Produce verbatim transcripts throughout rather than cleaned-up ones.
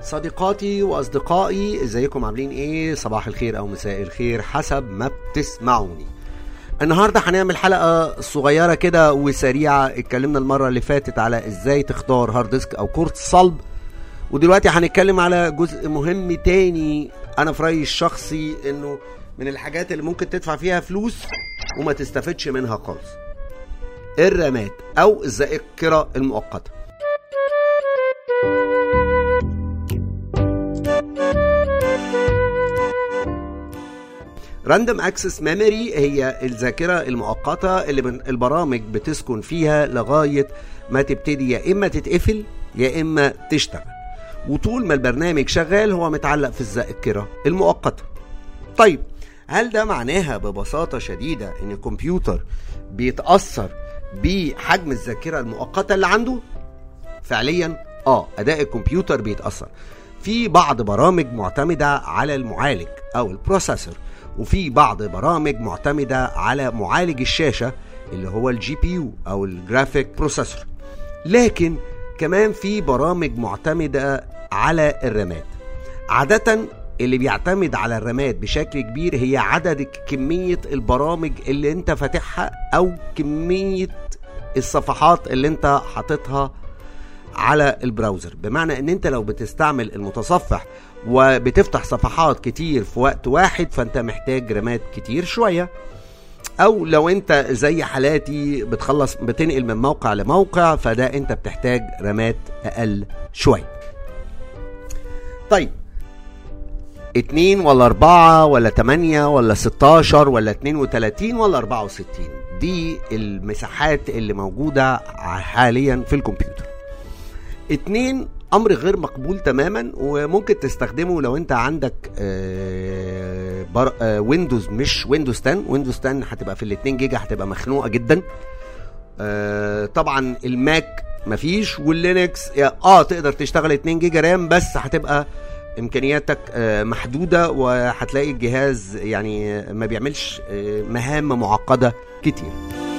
صديقاتي واصدقائي، ازيكم؟ عاملين ايه؟ صباح الخير او مساء الخير حسب ما بتسمعوني. النهاردة هنعمل حلقة صغيرة كده وسريعة. اتكلمنا المرة اللي فاتت على ازاي تختار هارد ديسك او كورت صلب، ودلوقتي هنتكلم على جزء مهم تاني. انا في رأيي الشخصي انه من الحاجات اللي ممكن تدفع فيها فلوس وما تستفدش منها خالص، الرامات او الذاكرة المؤقتة. راندوم اكسس ميموري هي الذاكرة المؤقتة اللي البرامج بتسكن فيها لغاية ما تبتدي يا اما تتقفل يا اما تشتغل، وطول ما البرنامج شغال هو متعلق في الذاكرة المؤقتة. طيب، هل ده معناها ببساطة شديدة ان الكمبيوتر بيتأثر بحجم الذاكرة المؤقتة اللي عنده؟ فعليا اه اداء الكمبيوتر بيتأثر. في بعض برامج معتمدة على المعالج او البروسيسور، وفي بعض برامج معتمدة على معالج الشاشة اللي هو الجي بي يو او الجرافيك بروسيسور، لكن كمان في برامج معتمدة على الرامات. عادة اللي بيعتمد على الرامات بشكل كبير هي عدد كمية البرامج اللي انت فاتحها او كمية الصفحات اللي انت حاططها على البراوزر. بمعنى ان انت لو بتستعمل المتصفح وبتفتح صفحات كتير في وقت واحد فانت محتاج رامات كتير شوية، او لو انت زي حالاتي بتخلص بتنقل من موقع لموقع فده انت بتحتاج رامات اقل شوية. طيب، اتنين ولا اربعة ولا تمانية ولا ستاشر ولا اتنين وتلاتين ولا اربعة وستين، دي المساحات اللي موجودة حاليا في الكمبيوتر. اتنين امر غير مقبول تماما، وممكن تستخدمه لو انت عندك آه بر... آه ويندوز، مش ويندوز عشرة. ويندوز عشرة هتبقى في الاتنين جيجا، هتبقى مخنوقة جدا. آه طبعا الماك مفيش، واللينكس اه تقدر تشتغل اتنين جيجا رام، بس هتبقى امكانياتك آه محدودة، وهتلاقي الجهاز يعني ما بيعملش آه مهام معقدة كتير.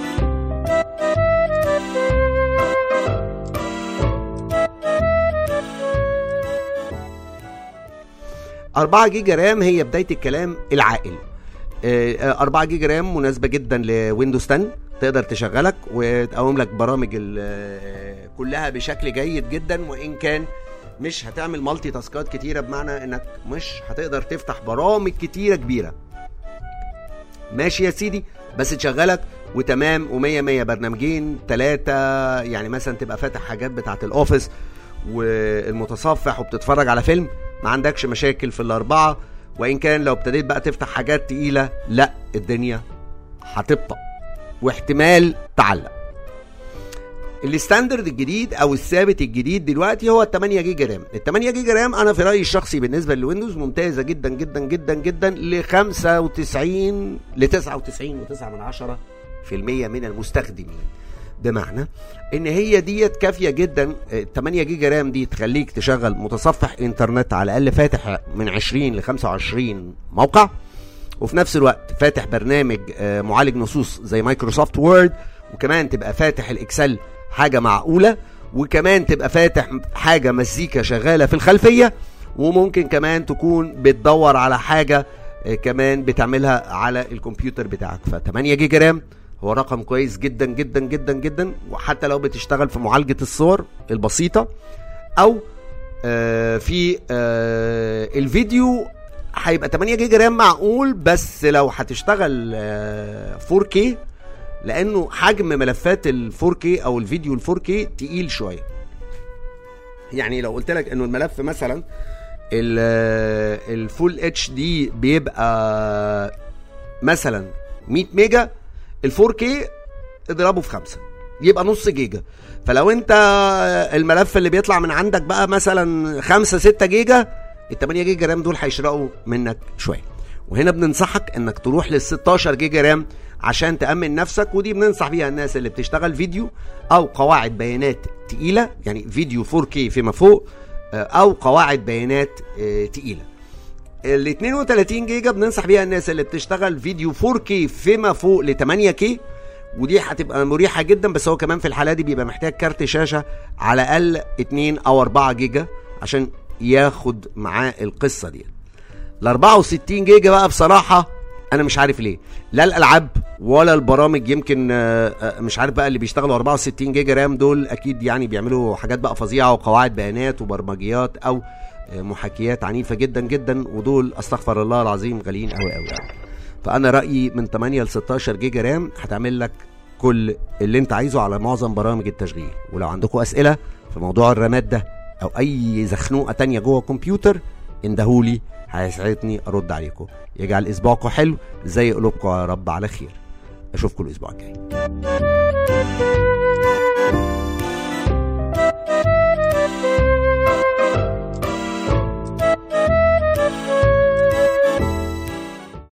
أربعة جيجا رام هي بداية الكلام العاقل. أربعة جيجا رام مناسبة جدا لويندوز عشرة، تقدر تشغلك وتقوم لك برامج كلها بشكل جيد جدا، وإن كان مش هتعمل مالتي تاسكات كتيرة، بمعنى انك مش هتقدر تفتح برامج كتيرة كبيرة. ماشي يا سيدي، بس تشغلك وتمام ومية مية. برنامجين ثلاثة يعني مثلا تبقى فاتح حاجات بتاعة الأوفيس والمتصفح وبتتفرج على فيلم، ما عندكش مشاكل في الأربعة. وإن كان لو ابتديت بقى تفتح حاجات تقيلة لا، الدنيا هتبطأ واحتمال تعلق. الستاندرد الجديد او الثابت الجديد دلوقتي هو التمانية جيجا رام. التمانية جيجا رام انا في رأيي الشخصي بالنسبة للويندوز ممتازة جدا جدا جدا جدا ل خمسة وتسعين ل تسعة وتسعين وتسعة من عشرة في المية من المستخدمين، بمعنى ان هي ديت كافية جدا. التمانية جيجا رام دي تخليك تشغل متصفح انترنت على الاقل فاتح من عشرين ل خمسة وعشرين موقع، وفي نفس الوقت فاتح برنامج معالج نصوص زي مايكروسوفت وورد، وكمان تبقى فاتح الاكسل حاجة معقولة، وكمان تبقى فاتح حاجة مزيكا شغالة في الخلفية، وممكن كمان تكون بتدور على حاجة كمان بتعملها على الكمبيوتر بتاعك. فتمانية جيجا رام هو رقم كويس جدا جدا جدا جدا، وحتى لو بتشتغل في معالجة الصور البسيطة او آه في آه الفيديو هيبقى تمانية جيجا رام معقول. بس لو هتشتغل آه فور كي، لانه حجم ملفات ال فور كي او الفيديو ال فور كي تقيل شويه. يعني لو قلت لك انه الملف مثلا الفول اتش دي بيبقى مثلا مية ميجا، ال فور كي اضربه في خمسة يبقى نص جيجا. فلو انت الملف اللي بيطلع من عندك بقى مثلا خمسة ستة جيجا، ال تمانية جيجا رام دول هيشرقوا منك شويه. وهنا بننصحك انك تروح لل ستاشر جيجا رام عشان تأمن نفسك، ودي بننصح بيها الناس اللي بتشتغل فيديو او قواعد بيانات تقيلة، يعني فيديو فور كي فيما فوق، او قواعد بيانات تقيلة. ال اتنين وتلاتين جيجا بننصح بيها الناس اللي بتشتغل فيديو فور كي فيما فوق ل تمانية كي، ودي هتبقى مريحة جدا. بس هو كمان في الحالة دي بيبقى محتاج كارت شاشة على الاقل اتنين او اربعة جيجا عشان ياخد معاه القصه دي. ال أربعة وستين جيجا بقى بصراحه انا مش عارف ليه، لا الالعاب ولا البرامج، يمكن مش عارف بقى اللي بيشتغلوا أربعة وستين جيجا رام دول اكيد يعني بيعملوا حاجات بقى فظيعه وقواعد بيانات وبرمجيات او محاكيات عنيفه جدا جدا، ودول استغفر الله العظيم غاليين قوي قوي يعني. فانا رايي من تمانية ل ستاشر جيجا رام هتعمل لك كل اللي انت عايزه على معظم برامج التشغيل. ولو عندكم اسئله في موضوع الرامات ده او اي زخنوقه تانية جوه الكمبيوتر اندهولي، هيسعدني ارد عليكم. يجعل اسبوعكم حلو زي قلوبكم يا رب على خير. اشوفكم الاسبوع الجاي.